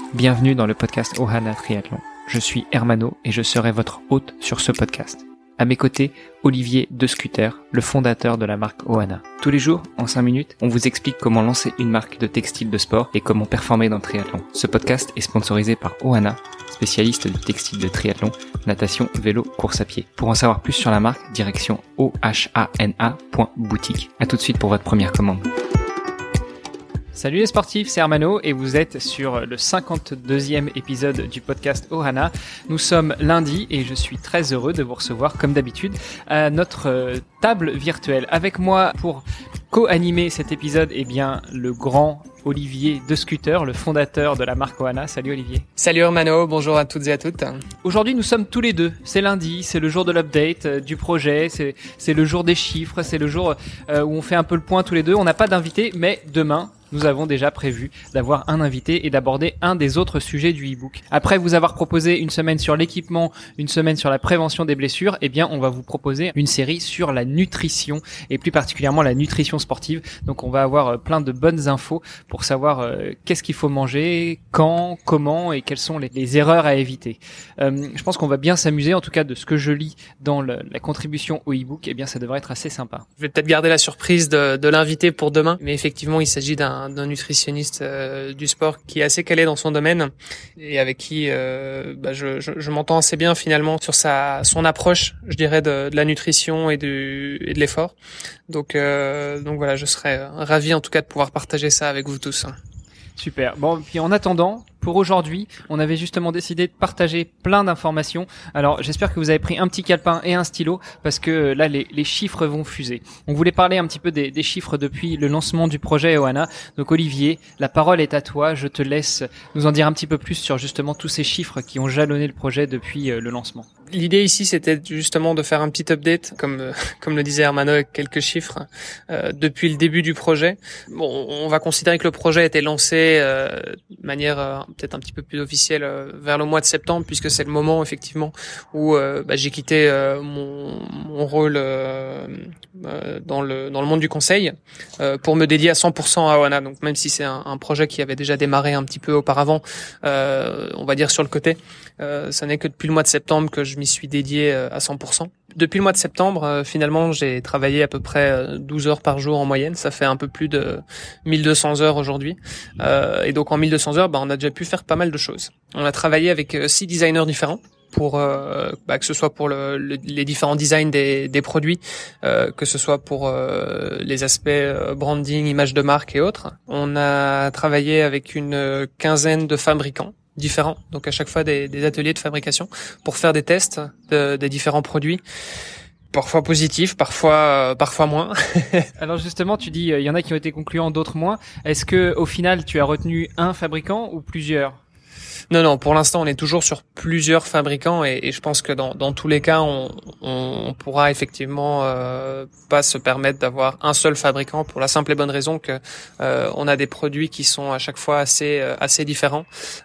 Bienvenue dans le podcast Ohana Triathlon. Je suis Hermano et je serai votre hôte sur ce podcast. À mes côtés, Olivier De Scuter, le fondateur de la marque Ohana. Tous les jours, en 5 minutes, on vous explique comment lancer une marque de textile de sport et comment performer dans le triathlon. Ce podcast est sponsorisé par Ohana, spécialiste du textile de triathlon, natation, vélo, course à pied. Pour en savoir plus sur la marque, direction ohana.boutique. À tout de suite pour votre première commande. Salut les sportifs, c'est Hermano et vous êtes sur le 52e épisode du podcast Ohana. Nous sommes lundi et je suis très heureux de vous recevoir comme d'habitude à notre table virtuelle. Avec moi pour co-animer cet épisode, eh bien le grand Olivier De Scuter, le fondateur de la marque Ohana. Salut Olivier. Salut Hermano, bonjour à toutes et à toutes. Aujourd'hui nous sommes tous les deux, c'est lundi, c'est le jour de l'update du projet, c'est le jour des chiffres, c'est le jour où on fait un peu le point tous les deux. On n'a pas d'invité, mais demain nous avons déjà prévu d'avoir un invité et d'aborder un des autres sujets du e-book. Après vous avoir proposé une semaine sur l'équipement, une semaine sur la prévention des blessures, eh bien on va vous proposer une série sur la nutrition et plus particulièrement la nutrition sportive. Donc on va avoir plein de bonnes infos pour savoir qu'est-ce qu'il faut manger, quand, comment et quelles sont les erreurs à éviter. Je pense qu'on va bien s'amuser, en tout cas de ce que je lis dans la contribution au e-book, eh bien ça devrait être assez sympa. Je vais peut-être garder la surprise de l'invité pour demain, mais effectivement il s'agit d'un nutritionniste du sport qui est assez calé dans son domaine et avec qui je m'entends assez bien finalement sur son approche, je dirais, de la nutrition et de l'effort. Donc voilà, je serais ravi en tout cas de pouvoir partager ça avec vous tous. Super. Bon, puis en attendant, pour aujourd'hui, on avait justement décidé de partager plein d'informations. Alors, j'espère que vous avez pris un petit calepin et un stylo parce que là, les chiffres vont fuser. On voulait parler un petit peu des chiffres depuis le lancement du projet Ohana. Donc, Olivier, la parole est à toi. Je te laisse nous en dire un petit peu plus sur justement tous ces chiffres qui ont jalonné le projet depuis le lancement. L'idée ici, c'était justement de faire un petit update, comme le disait Hermano, avec quelques chiffres depuis le début du projet. Bon, on va considérer que le projet a été lancé de manière peut-être un petit peu plus officielle vers le mois de septembre, puisque c'est le moment effectivement où j'ai quitté mon rôle dans le monde du conseil pour me dédier à 100% à Ohana. Donc même si c'est un projet qui avait déjà démarré un petit peu auparavant, on va dire sur le côté, ça n'est que depuis le mois de septembre que je m'y suis dédié à 100%. Depuis le mois de septembre, finalement, j'ai travaillé à peu près 12 heures par jour en moyenne. Ça fait un peu plus de 1200 heures aujourd'hui. Et donc en 1200 heures, on a déjà pu faire pas mal de choses. On a travaillé avec 6 designers différents pour que ce soit pour les différents designs des produits, que ce soit pour les aspects branding, image de marque et autres. On a travaillé avec une quinzaine de fabricants différents, donc à chaque fois des ateliers de fabrication pour faire des tests des différents produits, parfois positifs, parfois moins. Alors justement, tu dis il y en a qui ont été concluants, d'autres moins. Est-ce que au final tu as retenu un fabricant ou plusieurs ? Non, pour l'instant, on est toujours sur plusieurs fabricants et je pense que dans tous les cas, on pourra effectivement pas se permettre d'avoir un seul fabricant pour la simple et bonne raison que on a des produits qui sont à chaque fois assez différents.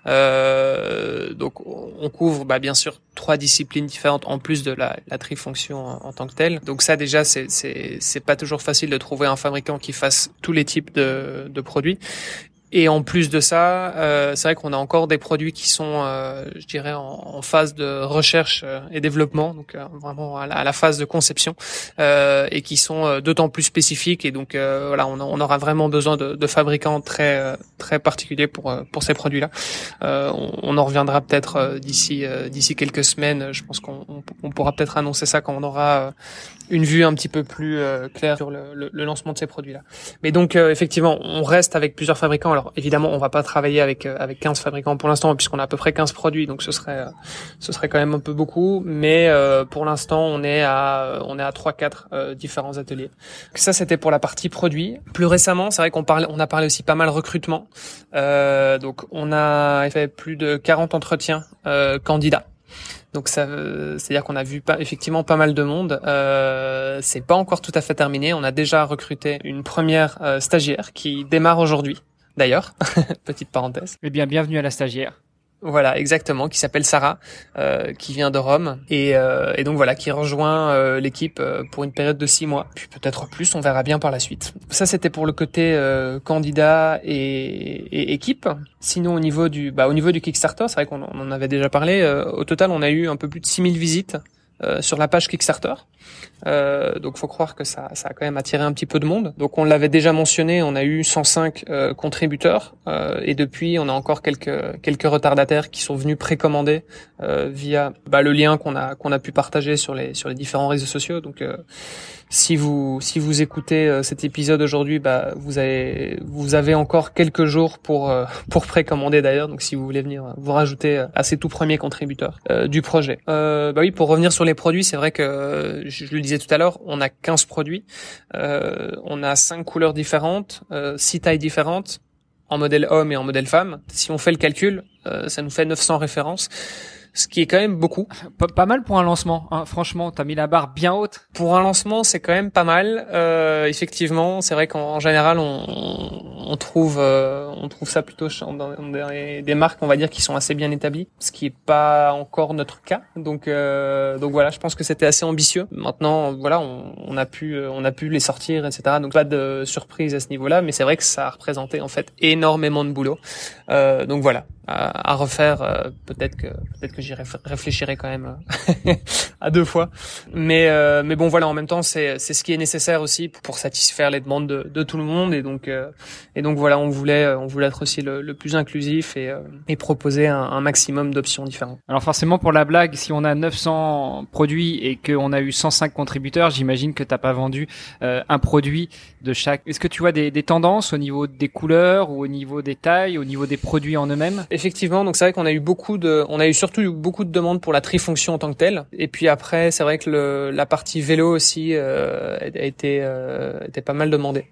Donc on couvre bien sûr 3 disciplines différentes en plus de la trifonction en tant que telle. Donc ça déjà c'est pas toujours facile de trouver un fabricant qui fasse tous les types de produits. Et en plus de ça, c'est vrai qu'on a encore des produits qui sont, je dirais, en phase de recherche et développement, donc vraiment à la phase de conception, et qui sont d'autant plus spécifiques. Et donc voilà, on aura vraiment besoin de fabricants très très particuliers pour ces produits-là. On en reviendra peut-être d'ici quelques semaines. Je pense qu'on pourra peut-être annoncer ça quand on aura une vue un petit peu plus claire sur le lancement de ces produits-là. Mais donc effectivement, on reste avec plusieurs fabricants. Alors évidemment, on va pas travailler avec 15 fabricants pour l'instant puisqu'on a à peu près 15 produits, donc ce serait quand même un peu beaucoup, mais pour l'instant, on est à 3-4 différents ateliers. Donc ça c'était pour la partie produit. Plus récemment, c'est vrai on a parlé aussi pas mal recrutement. Donc on a fait plus de 40 entretiens candidats. Donc c'est-à-dire qu'on a vu effectivement pas mal de monde. C'est pas encore tout à fait terminé. On a déjà recruté une première stagiaire qui démarre aujourd'hui, d'ailleurs. Petite parenthèse. Eh bien, bienvenue à la stagiaire. Voilà, exactement, qui s'appelle Sarah, qui vient de Rome et donc voilà, qui rejoint l'équipe pour une période de 6 mois, puis peut-être plus, on verra bien par la suite. Ça, c'était pour le côté candidat et équipe. Sinon, au niveau du Kickstarter, c'est vrai qu'on en avait déjà parlé. Au total, on a eu un peu plus de 6000 visites sur la page Kickstarter. Donc faut croire que ça a quand même attiré un petit peu de monde. Donc on l'avait déjà mentionné, on a eu 105 contributeurs et depuis on a encore quelques retardataires qui sont venus précommander via le lien qu'on a pu partager sur les différents réseaux sociaux. Donc si vous écoutez cet épisode aujourd'hui, vous avez encore quelques jours pour précommander d'ailleurs. Donc si vous voulez venir vous rajouter à ces tout premiers contributeurs du projet. Oui, pour revenir sur les produits, c'est vrai que je le disais tout à l'heure, on a 15 produits, on a 5 couleurs différentes, 6 tailles différentes, en modèle homme et en modèle femme. Si on fait le calcul, ça nous fait 900 références. Ce qui est quand même beaucoup. Pas mal pour un lancement, hein. Franchement, t'as mis la barre bien haute. Pour un lancement, c'est quand même pas mal. Effectivement, c'est vrai qu'en général, on trouve ça plutôt dans des marques, on va dire, qui sont assez bien établies, ce qui est pas encore notre cas. Donc voilà, je pense que c'était assez ambitieux. Maintenant, voilà, on a pu les sortir, etc. Donc pas de surprise à ce niveau-là, mais c'est vrai que ça a représenté en fait énormément de boulot. Donc voilà. À refaire, peut-être que j'y réfléchirai quand même à 2 fois, mais bon voilà, en même temps c'est ce qui est nécessaire aussi pour satisfaire les demandes de tout le monde et donc voilà, on voulait être aussi le plus inclusif et proposer un maximum d'options différentes. Alors forcément, pour la blague, si on a 900 produits et qu'on a eu 105 contributeurs, j'imagine que t'as pas vendu un produit de chaque. Est-ce que tu vois des tendances au niveau des couleurs ou au niveau des tailles, au niveau des produits en eux-mêmes? Effectivement, donc c'est vrai qu'on a eu surtout beaucoup de demandes pour la trifonction en tant que telle. Et puis après, c'est vrai que la partie vélo aussi était pas mal demandée.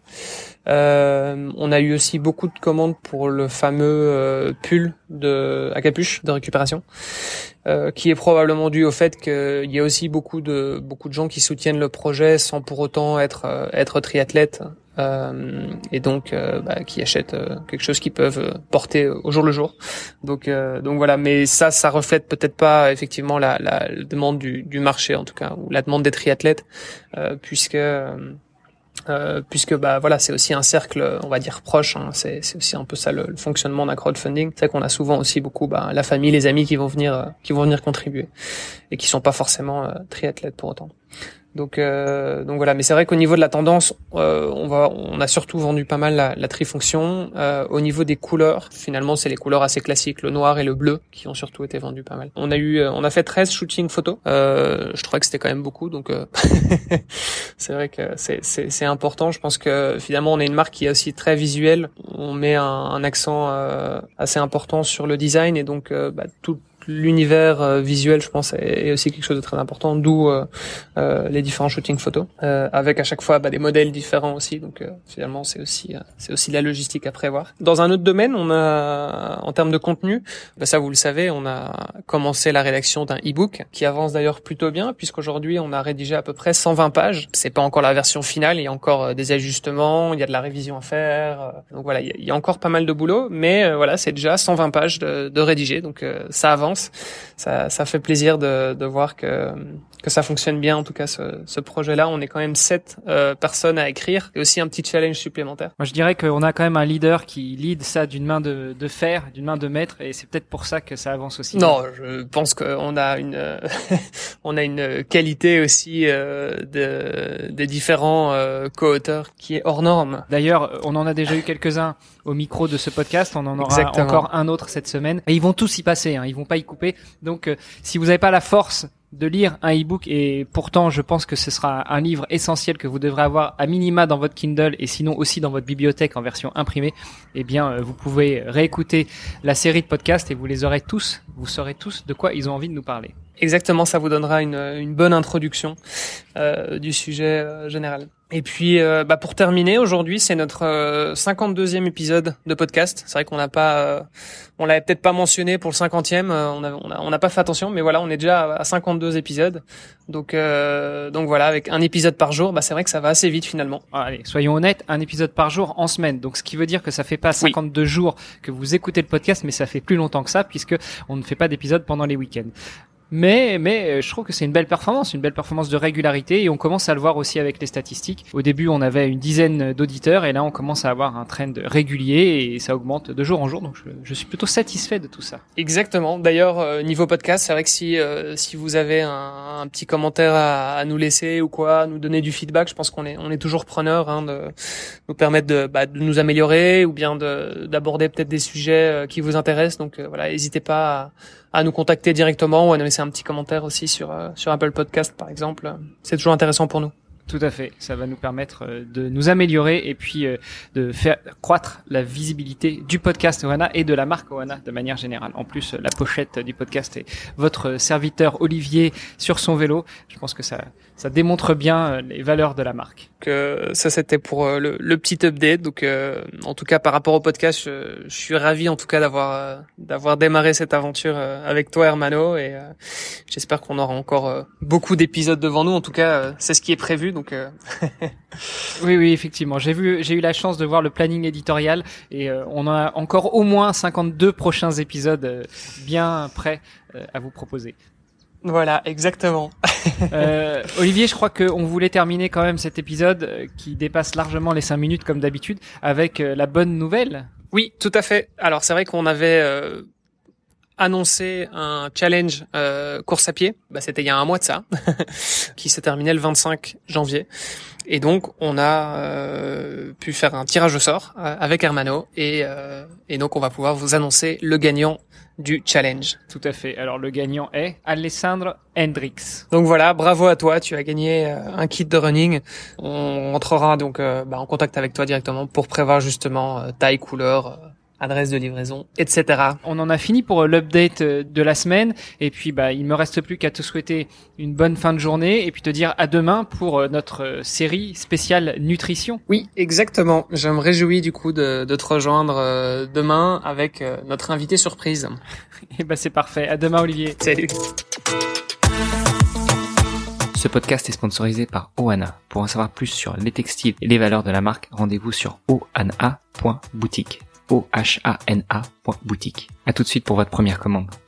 On a eu aussi beaucoup de commandes pour le fameux pull à capuche de récupération, qui est probablement dû au fait qu'il y a aussi beaucoup de gens qui soutiennent le projet sans pour autant être triathlètes. Et donc qui achètent quelque chose qu'ils peuvent porter au jour le jour. Donc voilà, mais ça reflète peut-être pas effectivement la demande du marché en tout cas, ou la demande des triathlètes, puisque voilà, c'est aussi un cercle, on va dire, proche, hein. C'est aussi un peu ça le fonctionnement d'un crowdfunding. C'est qu'on a souvent aussi beaucoup la famille, les amis qui vont venir contribuer et qui sont pas forcément triathlètes pour autant. Donc voilà, mais c'est vrai qu'au niveau de la tendance, on a surtout vendu pas mal la trifonction. Au niveau des couleurs, finalement, c'est les couleurs assez classiques, le noir et le bleu, qui ont surtout été vendus pas mal. On a fait 13 shootings photos. Je trouvais que c'était quand même beaucoup, donc c'est vrai que c'est important. Je pense que finalement, on est une marque qui est aussi très visuelle. On met un accent assez important sur le design et donc tout l'univers visuel, je pense, est aussi quelque chose de très important, d'où les différents shootings photos, avec à chaque fois des modèles différents aussi. Donc finalement, c'est aussi la logistique à prévoir. Dans un autre domaine, on a, en termes de contenu, ça vous le savez, on a commencé la rédaction d'un e-book qui avance d'ailleurs plutôt bien, puisqu'aujourd'hui on a rédigé à peu près 120 pages. C'est pas encore la version finale, il y a encore des ajustements, il y a de la révision à faire. Donc voilà, il y a encore pas mal de boulot, mais voilà, c'est déjà 120 pages de rédiger, donc ça avance. Ça fait plaisir de voir que ça fonctionne bien, en tout cas ce projet-là. On est quand même 7 personnes à écrire, et aussi un petit challenge supplémentaire. Moi, je dirais qu'on a quand même un leader qui lead ça d'une main de fer, d'une main de maître, et c'est peut-être pour ça que ça avance aussi. Non, je pense qu'on a une qualité aussi des différents co-auteurs qui est hors norme. D'ailleurs, on en a déjà eu quelques-uns au micro de ce podcast, on en aura Exactement. encore un autre cette semaine, et ils vont tous y passer, hein, ils vont pas y couper. Donc si vous n'avez pas la force de lire un e-book, et pourtant je pense que ce sera un livre essentiel que vous devrez avoir à minima dans votre Kindle et sinon aussi dans votre bibliothèque en version imprimée, eh bien vous pouvez réécouter la série de podcasts et vous saurez tous de quoi ils ont envie de nous parler. Exactement, ça vous donnera une bonne introduction du sujet général. Et puis, pour terminer, aujourd'hui, c'est notre 52e épisode de podcast. C'est vrai qu'on n'a pas, on l'avait peut-être pas mentionné pour le 50e. On n'a pas fait attention, mais voilà, on est déjà à 52 épisodes. Donc voilà, avec un épisode par jour, c'est vrai que ça va assez vite finalement. Allez, soyons honnêtes, un épisode par jour en semaine. Donc, ce qui veut dire que ça fait pas 52 jours que vous écoutez le podcast, mais ça fait plus longtemps que ça, puisque on ne fait pas d'épisodes pendant les week-ends. Mais je trouve que c'est une belle performance de régularité, et on commence à le voir aussi avec les statistiques. Au début, on avait une dizaine d'auditeurs, et là, on commence à avoir un trend régulier, et ça augmente de jour en jour. Donc, je suis plutôt satisfait de tout ça. Exactement. D'ailleurs, niveau podcast, c'est vrai que si vous avez un petit commentaire à nous laisser ou quoi, à nous donner du feedback, je pense qu'on est toujours preneur, de nous permettre de nous améliorer, ou bien d'aborder peut-être des sujets qui vous intéressent. Donc voilà, n'hésitez pas à nous contacter directement ou à nous laisser un petit commentaire aussi sur Apple Podcast par exemple. C'est toujours intéressant pour nous. Tout à fait, ça va nous permettre de nous améliorer et puis de faire croître la visibilité du podcast Ohana et de la marque Ohana de manière générale. En plus, la pochette du podcast est votre serviteur Olivier sur son vélo. Je pense que ça démontre bien les valeurs de la marque. Ça, c'était pour le petit update. Donc, en tout cas, par rapport au podcast, je suis ravi en tout cas d'avoir démarré cette aventure avec toi, Hermano, et j'espère qu'on aura encore beaucoup d'épisodes devant nous. En tout cas, c'est ce qui est prévu. Donc oui, effectivement. J'ai eu la chance de voir le planning éditorial, et on a encore au moins 52 prochains épisodes bien prêts à vous proposer. Voilà, exactement. Olivier, je crois qu'on voulait terminer quand même cet épisode qui dépasse largement les 5 minutes comme d'habitude avec la bonne nouvelle. Oui, tout à fait. Alors c'est vrai qu'on avait annoncé un challenge course à pied, c'était il y a un mois de ça, qui s'est terminé le 25 janvier. Et donc on a pu faire un tirage au sort avec Hermano, et donc on va pouvoir vous annoncer le gagnant du challenge. Tout à fait. Alors le gagnant est Alessandro Hendrix. Donc voilà, bravo à toi, tu as gagné un kit de running. On rentrera donc en contact avec toi directement pour prévoir justement taille, couleur, adresse de livraison, etc. On en a fini pour l'update de la semaine, et puis il me reste plus qu'à te souhaiter une bonne fin de journée et puis te dire à demain pour notre série spéciale nutrition. Oui, exactement. Je me réjouis du coup de te rejoindre demain avec notre invité surprise. Et c'est parfait. À demain, Olivier. Salut. Ce podcast est sponsorisé par Ohana. Pour en savoir plus sur les textiles et les valeurs de la marque, rendez-vous sur ohana.boutique. ohana.boutique. À tout de suite pour votre première commande.